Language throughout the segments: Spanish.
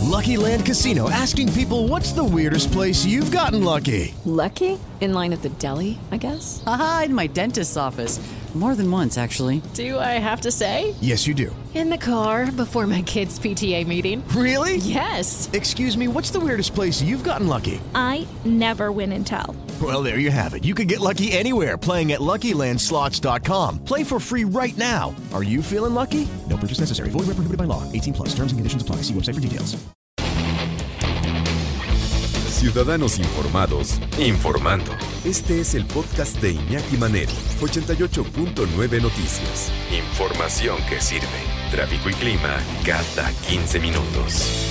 Lucky Land Casino, asking people, what's the weirdest place you've gotten lucky? Lucky? In line at the deli, I guess? Aha, in my dentist's office. More than once, actually. Do I have to say? Yes, you do. In the car before my kids' PTA meeting. Really? Yes. Excuse me, what's the weirdest place you've gotten lucky? I never win and tell. Well, there you have it. You can get lucky anywhere, playing at LuckyLandSlots.com. Play for free right now. Are you feeling lucky? No purchase necessary. Void where prohibited by law. 18 plus. Terms and conditions apply. See website for details. Ciudadanos informados, informando. Este es el podcast de Iñaki Manero, 88.9 Noticias. Información que sirve. Tráfico y clima cada 15 minutos.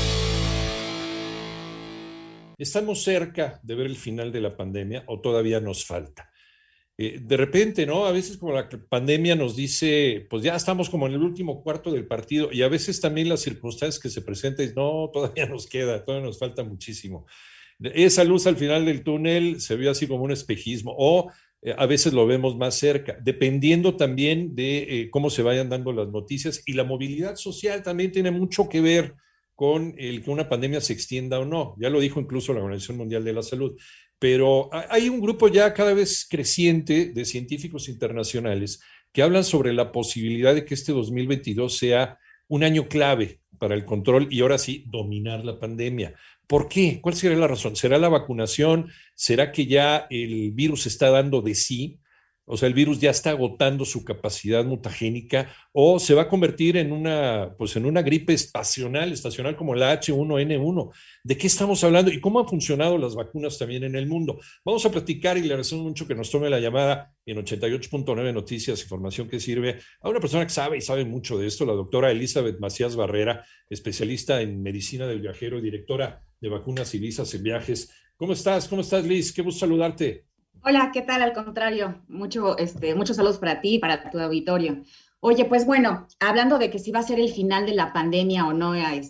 ¿Estamos cerca de ver el final de la pandemia o todavía nos falta? De repente, ¿no? A veces como la pandemia nos dice, pues ya estamos como en el último cuarto del partido, y a veces también las circunstancias que se presentan, no, todavía nos queda, todavía nos falta muchísimo. Esa luz al final del túnel se vio así como un espejismo, o a veces lo vemos más cerca, dependiendo también de cómo se vayan dando las noticias, y la movilidad social también tiene mucho que ver con el que una pandemia se extienda o no. Ya lo dijo incluso la Organización Mundial de la Salud. Pero hay un grupo ya cada vez creciente de científicos internacionales que hablan sobre la posibilidad de que este 2022 sea un año clave para el control y ahora sí dominar la pandemia. ¿Por qué? ¿Cuál sería la razón? ¿Será la vacunación? ¿Será que ya el virus está dando de sí? O sea, el virus ya está agotando su capacidad mutagénica, o se va a convertir en una gripe estacional como la H1N1. ¿De qué estamos hablando? ¿Y cómo han funcionado las vacunas también en el mundo? Vamos a platicar, y le agradecemos mucho que nos tome la llamada en 88.9 Noticias, información que sirve, a una persona que sabe mucho de esto, la doctora Elizabeth Macías Barrera, especialista en medicina del viajero y directora de vacunas y visas en viajes. ¿Cómo estás? ¿Cómo estás, Liz? Qué gusto saludarte. Hola, ¿qué tal? Al contrario, muchos saludos para ti y para tu auditorio. Oye, pues bueno, hablando de que si va a ser el final de la pandemia o no, en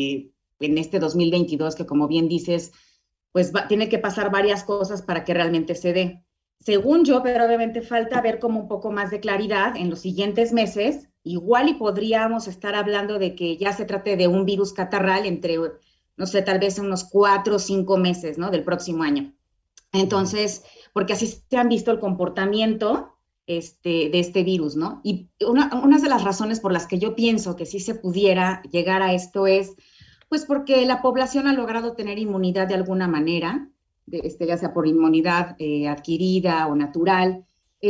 este 2022, que como bien dices, pues tiene que pasar varias cosas para que realmente se dé. Según yo, pero obviamente falta ver como un poco más de claridad en los siguientes meses, igual y podríamos estar hablando de que ya se trate de un virus catarral entre, no sé, tal vez unos 4 o 5 meses, ¿no? Del próximo año. Entonces, porque así se han visto el comportamiento de este virus, ¿no? Y una de las razones por las que yo pienso que sí se pudiera llegar a esto es, pues porque la población ha logrado tener inmunidad de alguna manera, ya sea por inmunidad adquirida o natural,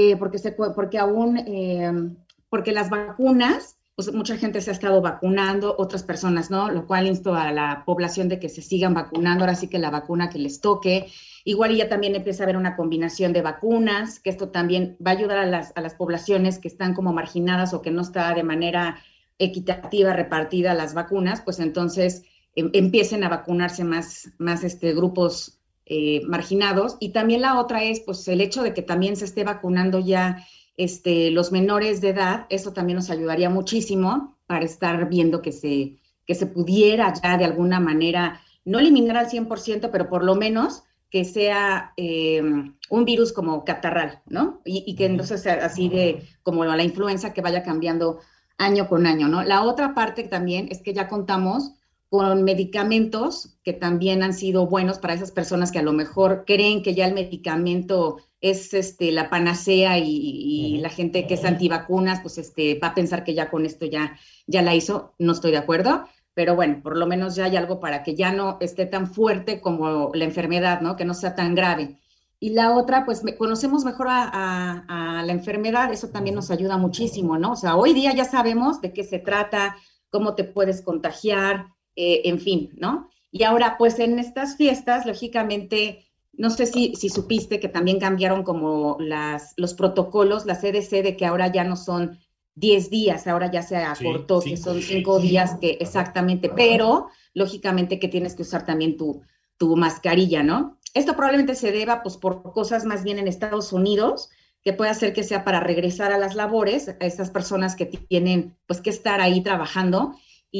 porque las vacunas, pues mucha gente se ha estado vacunando, otras personas no, lo cual insto a la población de que se sigan vacunando, ahora sí que la vacuna que les toque. Igual ya también empieza a haber una combinación de vacunas, que esto también va a ayudar a las poblaciones que están como marginadas o que no está de manera equitativa repartida las vacunas, pues entonces empiecen a vacunarse más grupos marginados. Y también la otra es pues el hecho de que también se esté vacunando ya los menores de edad. Eso también nos ayudaría muchísimo para estar viendo que se pudiera ya de alguna manera, no eliminar al 100%, pero por lo menos que sea un virus como catarral, ¿no? Y que entonces sea así como la influenza, que vaya cambiando año con año, ¿no? La otra parte también es que ya contamos con medicamentos que también han sido buenos para esas personas que a lo mejor creen que ya el medicamento es la panacea y la gente que es antivacunas, pues va a pensar que ya con esto ya la hizo. No estoy de acuerdo. Pero bueno, por lo menos ya hay algo para que ya no esté tan fuerte como la enfermedad, ¿no? Que no sea tan grave. Y la otra, pues conocemos mejor a la enfermedad, eso también nos ayuda muchísimo, ¿no? O sea, hoy día ya sabemos de qué se trata, cómo te puedes contagiar, en fin, ¿no? Y ahora, pues en estas fiestas, lógicamente, no sé si supiste que también cambiaron como los protocolos, la CDC, de que ahora ya no son 10 días, ahora ya se acortó, que son 5 días, que exactamente, pero lógicamente que tienes que usar también tu mascarilla, ¿no? Esto probablemente se deba pues por cosas más bien en Estados Unidos, que puede hacer que sea para regresar a las labores, a estas personas que tienen pues que estar ahí trabajando,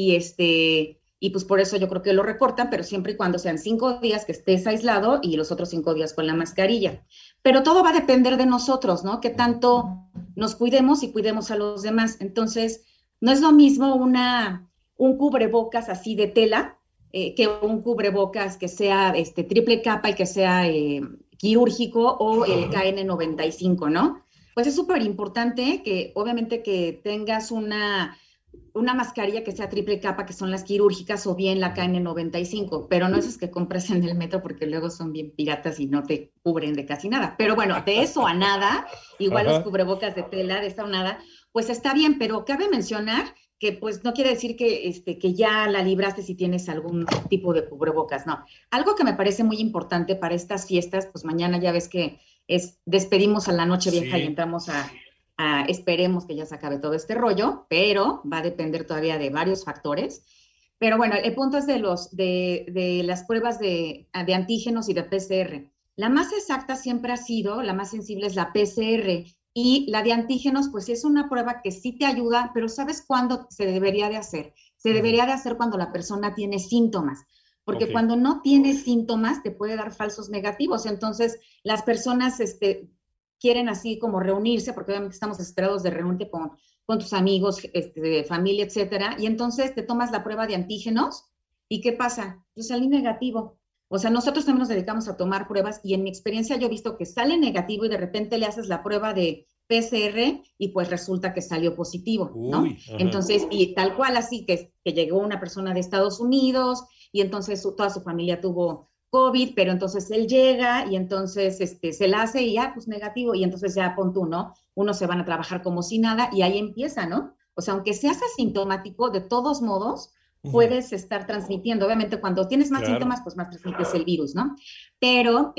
y pues por eso yo creo que lo recortan, pero siempre y cuando sean 5 días que estés aislado y los otros 5 días con la mascarilla. Pero todo va a depender de nosotros, ¿no? Qué tanto nos cuidemos y cuidemos a los demás. Entonces, no es lo mismo un cubrebocas así de tela que un cubrebocas que sea triple capa y que sea quirúrgico o el KN95, ¿no? Pues es súper importante que obviamente que tengas una mascarilla que sea triple capa, que son las quirúrgicas, o bien la KN95, pero no esas que compras en el metro porque luego son bien piratas y no te cubren de casi nada. Pero bueno, de eso a nada, igual los cubrebocas de tela, de esa o nada, pues está bien, pero cabe mencionar que pues no quiere decir que ya la libraste si tienes algún tipo de cubrebocas, no. Algo que me parece muy importante para estas fiestas, pues mañana ya ves que despedimos a la noche vieja y entramos esperemos que ya se acabe todo este rollo, pero va a depender todavía de varios factores. Pero bueno, el punto es de las pruebas de antígenos y de PCR. La más exacta siempre ha sido, la más sensible es la PCR, y la de antígenos, pues es una prueba que sí te ayuda, pero ¿sabes cuándo se debería de hacer? Se debería de hacer cuando la persona tiene síntomas, porque cuando no tiene síntomas te puede dar falsos negativos. Entonces, las personas quieren así como reunirse, porque obviamente estamos esperados de reunirte con tus amigos, de familia, etcétera, y entonces te tomas la prueba de antígenos, ¿y qué pasa? Pues salí negativo. O sea, nosotros también nos dedicamos a tomar pruebas y en mi experiencia yo he visto que sale negativo y de repente le haces la prueba de PCR y pues resulta que salió positivo, ¿no? Entonces, y tal cual así que llegó una persona de Estados Unidos y entonces toda su familia tuvo COVID, pero entonces él llega y entonces se la hace y ya, pues negativo, y entonces ya pon tú, ¿no? Unos se van a trabajar como si nada y ahí empieza, ¿no? O sea, aunque seas asintomático, de todos modos, puedes estar transmitiendo. Obviamente, cuando tienes más síntomas, pues más transmites el virus, ¿no? Pero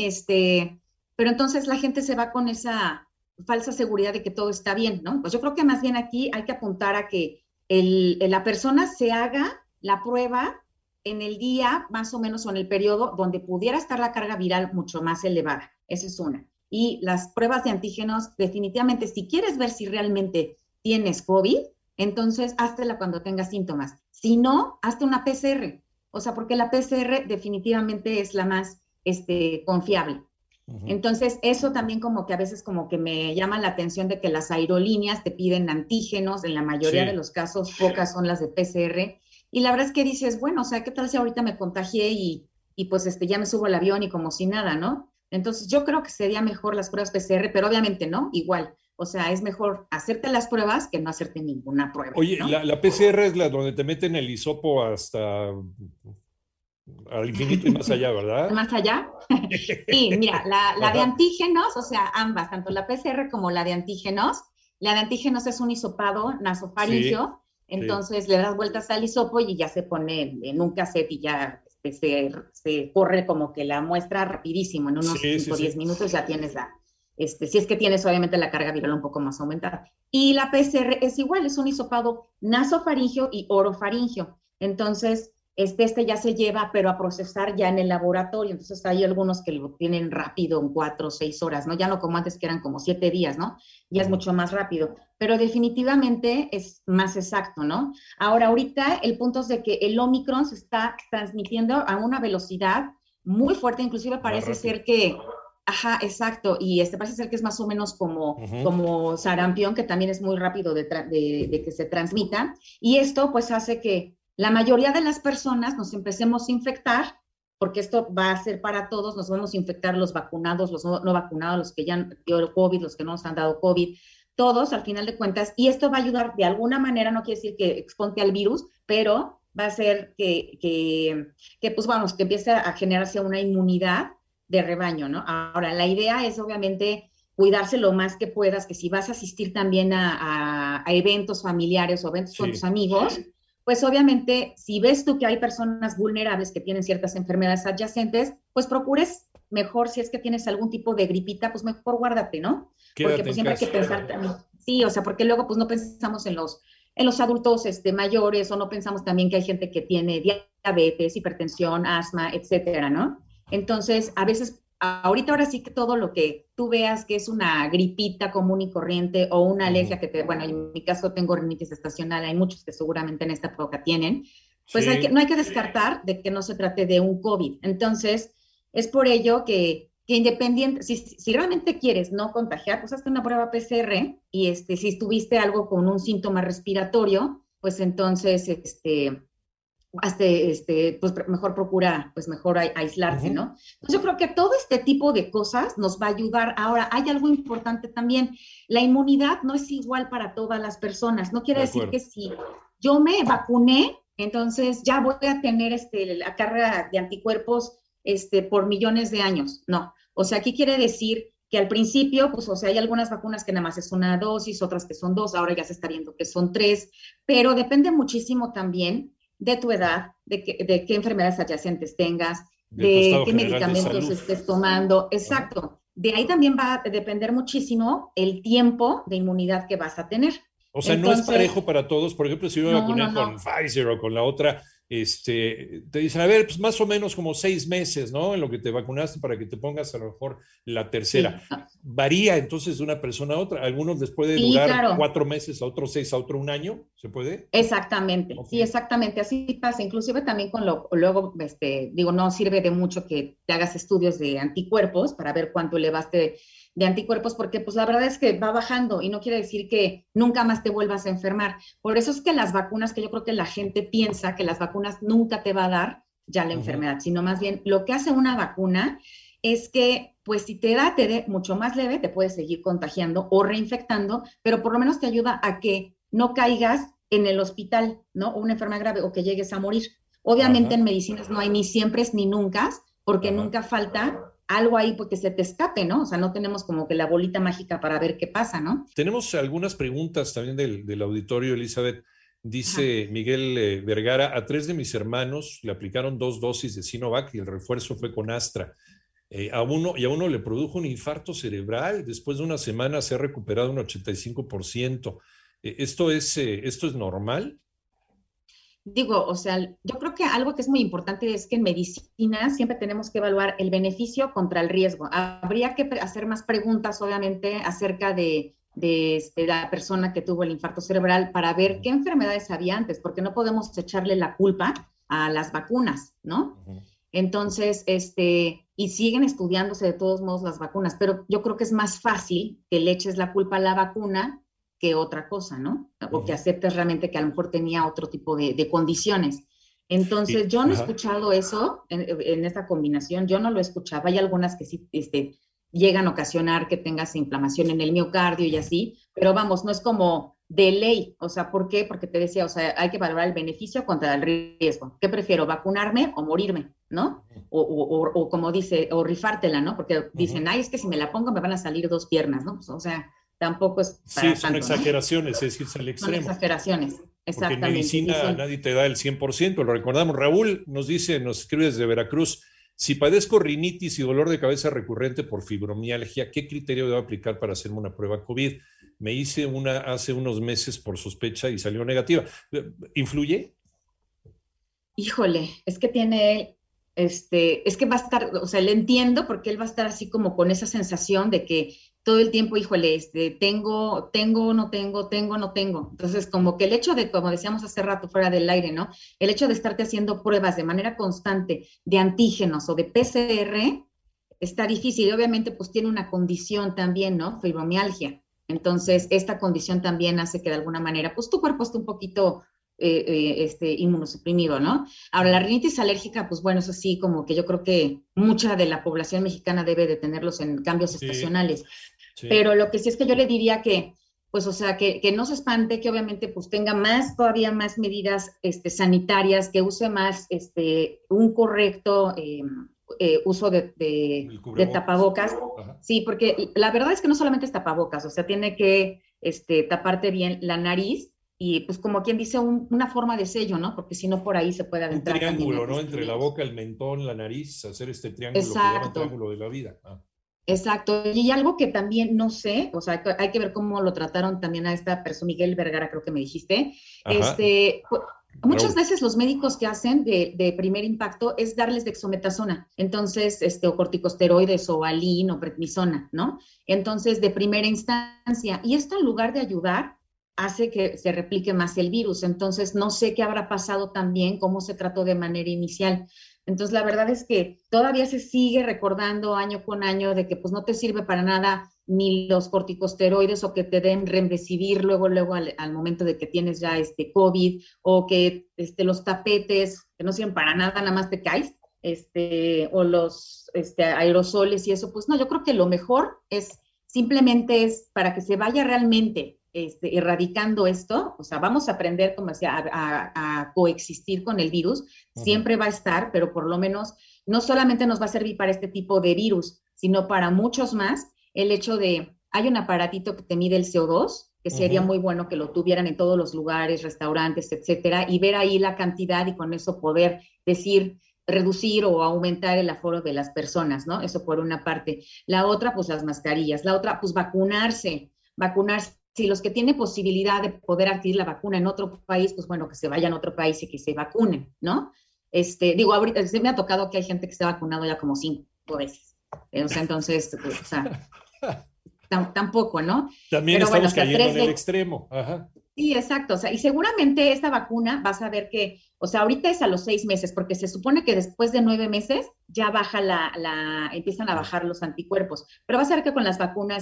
entonces la gente se va con esa falsa seguridad de que todo está bien, ¿no? Pues yo creo que más bien aquí hay que apuntar a que la persona se haga la prueba en el día más o menos o en el periodo donde pudiera estar la carga viral mucho más elevada. Esa es una. Y las pruebas de antígenos, definitivamente, si quieres ver si realmente tienes COVID, entonces háztela cuando tengas síntomas. Si no, hazte una PCR. O sea, porque la PCR definitivamente es la más confiable. Entonces, eso también como que a veces como que me llama la atención de que las aerolíneas te piden antígenos, en la mayoría de los casos, pocas son las de PCR, y la verdad es que dices, bueno, o sea, ¿qué tal si ahorita me contagié y pues ya me subo al avión y como si nada, ¿no? Entonces, yo creo que sería mejor las pruebas PCR, pero obviamente, ¿no? Igual, o sea, es mejor hacerte las pruebas que no hacerte ninguna prueba. Oye, ¿no? la PCR es la donde te meten el hisopo hasta al infinito y más allá, ¿verdad? ¿Más allá? Sí, mira, la de antígenos, o sea, ambas, tanto la PCR como la de antígenos es un hisopado nasofaringio, entonces le das vueltas al hisopo y ya se pone en un cassette y ya se corre como que la muestra rapidísimo, en unos 5 o 10 minutos ya tienes si es que tienes obviamente la carga viral un poco más aumentada. Y la PCR es igual, es un hisopado nasofaringio y orofaringio, entonces ya se lleva, pero a procesar ya en el laboratorio. Entonces hay algunos que lo tienen rápido en 4 o 6 horas, ¿no? Ya no como antes que eran como 7 días, ¿no? Ya es mucho más rápido, pero definitivamente es más exacto, ¿no? Ahorita el punto es de que el Omicron se está transmitiendo a una velocidad muy fuerte, inclusive parece ser que, ajá, exacto, y parece ser que es más o menos como sarampión, que también es muy rápido de que se transmita, y esto pues hace que la mayoría de las personas nos empecemos a infectar, porque esto va a ser para todos, nos vamos a infectar los vacunados, los no vacunados, los que ya han dado COVID, los que no nos han dado COVID, todos al final de cuentas, y esto va a ayudar de alguna manera, no quiere decir que exponte al virus, pero va a hacer que pues vamos, que empiece a generarse una inmunidad de rebaño, ¿no? Ahora, la idea es obviamente cuidarse lo más que puedas, que si vas a asistir también a eventos familiares o eventos con tus amigos, pues obviamente, si ves tú que hay personas vulnerables que tienen ciertas enfermedades adyacentes, pues procures mejor, si es que tienes algún tipo de gripita, pues mejor guárdate, ¿no? Porque pues siempre hay que pensar también, sí, o sea, porque luego pues no pensamos en los adultos mayores, o no pensamos también que hay gente que tiene diabetes, hipertensión, asma, etcétera, ¿no? Entonces, a veces, ahora sí que todo lo que tú veas que es una gripita común y corriente o una alergia bueno, en mi caso tengo rinitis estacional, hay muchos que seguramente en esta época tienen, pues no hay que descartar de que no se trate de un COVID. Entonces, es por ello que independiente, si realmente quieres no contagiar, pues hazte una prueba PCR y si tuviste algo con un síntoma respiratorio, pues entonces, pues mejor procura, pues mejor aislarte, ¿no? Entonces yo creo que todo este tipo de cosas nos va a ayudar. Ahora, hay algo importante también, la inmunidad no es igual para todas las personas, no quiere decir que si yo me vacuné, entonces ya voy a tener la carga de anticuerpos por millones de años, no. O sea, aquí quiere decir que al principio, pues, o sea, hay algunas vacunas que nada más es una dosis, otras que son 2, ahora ya se está viendo que son 3, pero depende muchísimo también de tu edad, de qué enfermedades adyacentes tengas, de qué medicamentos estés tomando. Exacto. Ajá. De ahí también va a depender muchísimo el tiempo de inmunidad que vas a tener. O sea, entonces, no es parejo para todos. Por ejemplo, si yo me vacuné con Pfizer o con la otra, te dicen, a ver, pues más o menos como 6 meses, ¿no? En lo que te vacunaste para que te pongas a lo mejor la tercera. Sí. Varía entonces de una persona a otra. Algunos les puede durar 4 meses, a otros 6, a otro 1 año. ¿Se puede? Exactamente. Okay. Sí, exactamente. Así pasa. Inclusive también luego, no sirve de mucho que te hagas estudios de anticuerpos para ver cuánto elevaste de anticuerpos, porque pues la verdad es que va bajando y no quiere decir que nunca más te vuelvas a enfermar. Por eso es que las vacunas, que yo creo que la gente piensa que las vacunas nunca te va a dar ya la enfermedad, sino más bien lo que hace una vacuna es que pues si te dé mucho más leve, te puedes seguir contagiando o reinfectando, pero por lo menos te ayuda a que no caigas en el hospital, ¿no? O una enfermedad grave o que llegues a morir. Obviamente en medicinas no hay ni siempre ni nunca, porque nunca falta algo ahí porque se te escape, ¿no? O sea, no tenemos como que la bolita mágica para ver qué pasa, ¿no? Tenemos algunas preguntas también del auditorio, Elizabeth. Dice Miguel Vergara, a 3 de mis hermanos le aplicaron 2 dosis de Sinovac y el refuerzo fue con Astra. A uno le produjo un infarto cerebral. Después de una semana se ha recuperado un 85%. ¿Esto es normal? Digo, o sea, yo creo que algo que es muy importante es que en medicina siempre tenemos que evaluar el beneficio contra el riesgo. Habría que hacer más preguntas, obviamente, acerca de la persona que tuvo el infarto cerebral para ver qué enfermedades había antes, porque no podemos echarle la culpa a las vacunas, ¿no? Entonces, y siguen estudiándose de todos modos las vacunas, pero yo creo que es más fácil que le eches la culpa a la vacuna que otra cosa, ¿no? O que aceptes realmente que a lo mejor tenía otro tipo de condiciones. Entonces, yo no he escuchado eso en esta combinación, yo no lo he escuchado. Hay algunas que sí llegan a ocasionar que tengas inflamación en el miocardio y así, pero vamos, no es como de ley. O sea, ¿por qué? Porque te decía, o sea, hay que valorar el beneficio contra el riesgo. ¿Qué prefiero, vacunarme o morirme, no? O como dice, o rifártela, ¿no? Porque dicen, ay, es que si me la pongo me van a salir 2 piernas, ¿no? Pues, o sea, tampoco es para son tanto, exageraciones, ¿no? Es irse al extremo. Son exageraciones, exactamente. Porque en medicina nadie te da el 100%, lo recordamos. Raúl nos escribe desde Veracruz, si padezco rinitis y dolor de cabeza recurrente por fibromialgia, ¿qué criterio debo aplicar para hacerme una prueba COVID? Me hice una hace unos meses por sospecha y salió negativa. ¿Influye? Híjole, es que tiene... es que va a estar, o sea, le entiendo porque él va a estar así como con esa sensación de que todo el tiempo, híjole, tengo, no tengo. Entonces, como que el hecho de, como decíamos hace rato fuera del aire, ¿no? El hecho de estarte haciendo pruebas de manera constante de antígenos o de PCR está difícil y obviamente pues tiene una condición también, ¿no? Fibromialgia. Entonces, esta condición también hace que de alguna manera, pues tu cuerpo esté un poquito inmunosuprimido, ¿no? Ahora, la rinitis alérgica, pues bueno, eso sí, como que yo creo que mucha de la población mexicana debe de tenerlos en cambios estacionales. Sí. Pero lo que sí es que yo le diría que, pues, o sea, que no se espante, que obviamente, pues, tenga todavía más medidas sanitarias, que use más un correcto uso de tapabocas. Ajá. Sí, porque la verdad es que no solamente es tapabocas, o sea, tiene que taparte bien la nariz, y pues como quien dice una forma de sello, ¿no? Porque si no por ahí se puede adentrar. Un triángulo, ¿no? Entre la boca, el mentón, la nariz, hacer este triángulo. Exacto. Que llaman triángulo de la vida. Exacto. Y algo que también no sé, o sea, hay que ver cómo lo trataron también a esta persona, Miguel Vergara, creo que me dijiste. Muchas veces los médicos que hacen de primer impacto es darles dexametasona, entonces, o corticosteroides, o Alin, o prednisona, ¿no? Entonces, de primera instancia. Y esto en lugar de ayudar, hace que se replique más el virus. Entonces, no sé qué habrá pasado también, cómo se trató de manera inicial. Entonces, la verdad es que todavía se sigue recordando año con año de que pues no te sirve para nada ni los corticosteroides o que te den remdesivir luego al momento de que tienes ya COVID, o que los tapetes que no sirven para nada más te caes, o los aerosoles y eso. Pues no, yo creo que lo mejor simplemente es para que se vaya realmente erradicando esto. O sea, vamos a aprender, como decía, a coexistir con el virus. Siempre va a estar, pero por lo menos no solamente nos va a servir para este tipo de virus, sino para muchos más. El hecho de, hay un aparatito que te mide el CO2, que sería muy bueno que lo tuvieran en todos los lugares, restaurantes, etcétera, y ver ahí la cantidad y con eso poder decir, reducir o aumentar el aforo de las personas, ¿no? Eso por una parte. La otra, pues las mascarillas. La otra, pues vacunarse. Si los que tienen posibilidad de poder adquirir la vacuna en otro país, pues bueno, que se vayan a otro país y que se vacunen, ¿no? Digo, ahorita se me ha tocado que hay gente que se ha vacunado ya como 5 veces. O sea, entonces, pues, o sea, tampoco, ¿no? También pero estamos bueno, cayendo en el extremo. Ajá. Sí, exacto. O sea, y seguramente esta vacuna vas a ver que, o sea, ahorita es a los 6 meses, porque se supone que después de 9 meses ya baja empiezan a bajar los anticuerpos. Pero vas a ver que con las vacunas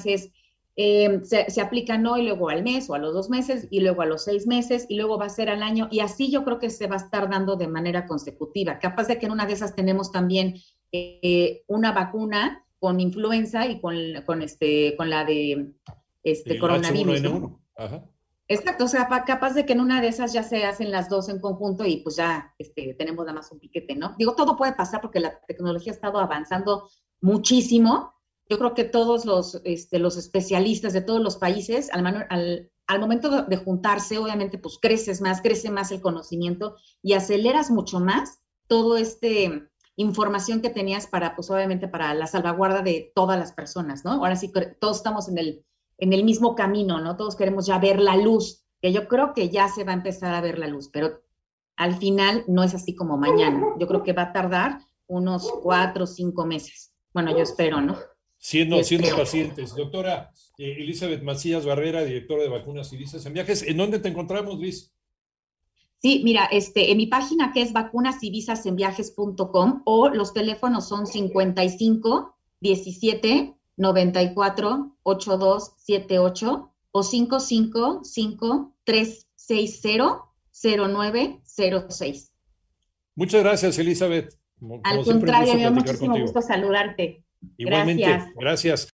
se aplican hoy, luego al mes o a los 2 meses, y luego a los 6 meses, y luego va a ser al año, y así yo creo que se va a estar dando de manera consecutiva. Capaz de que en una de esas tenemos también una vacuna con influenza y con la de coronavirus, H1N1. Ajá. Exacto, o sea, capaz de que en una de esas ya se hacen las dos en conjunto y pues ya tenemos nada más un piquete, ¿no? Digo, todo puede pasar porque la tecnología ha estado avanzando muchísimo. Yo creo que todos los especialistas de todos los países, al momento de juntarse, obviamente, pues crece más el conocimiento y aceleras mucho más todo información que tenías para, pues obviamente, para la salvaguarda de todas las personas, ¿no? Ahora sí, todos estamos en el mismo camino, ¿no? Todos queremos ya ver la luz, que yo creo que ya se va a empezar a ver la luz, pero al final no es así como mañana. Yo creo que va a tardar unos 4 o 5 meses. Bueno, yo espero, ¿no? Siendo pacientes. Doctora Elizabeth Macías Barrera, directora de Vacunas y Visas en Viajes, ¿en dónde te encontramos, Luis? Sí, mira, en mi página que es vacunasyvisasenviajes.com, o los teléfonos son 55 17 94 8278 o 555 360 0906. Muchas gracias, Elizabeth. Al contrario, me dio muchísimo gusto saludarte. Igualmente, gracias.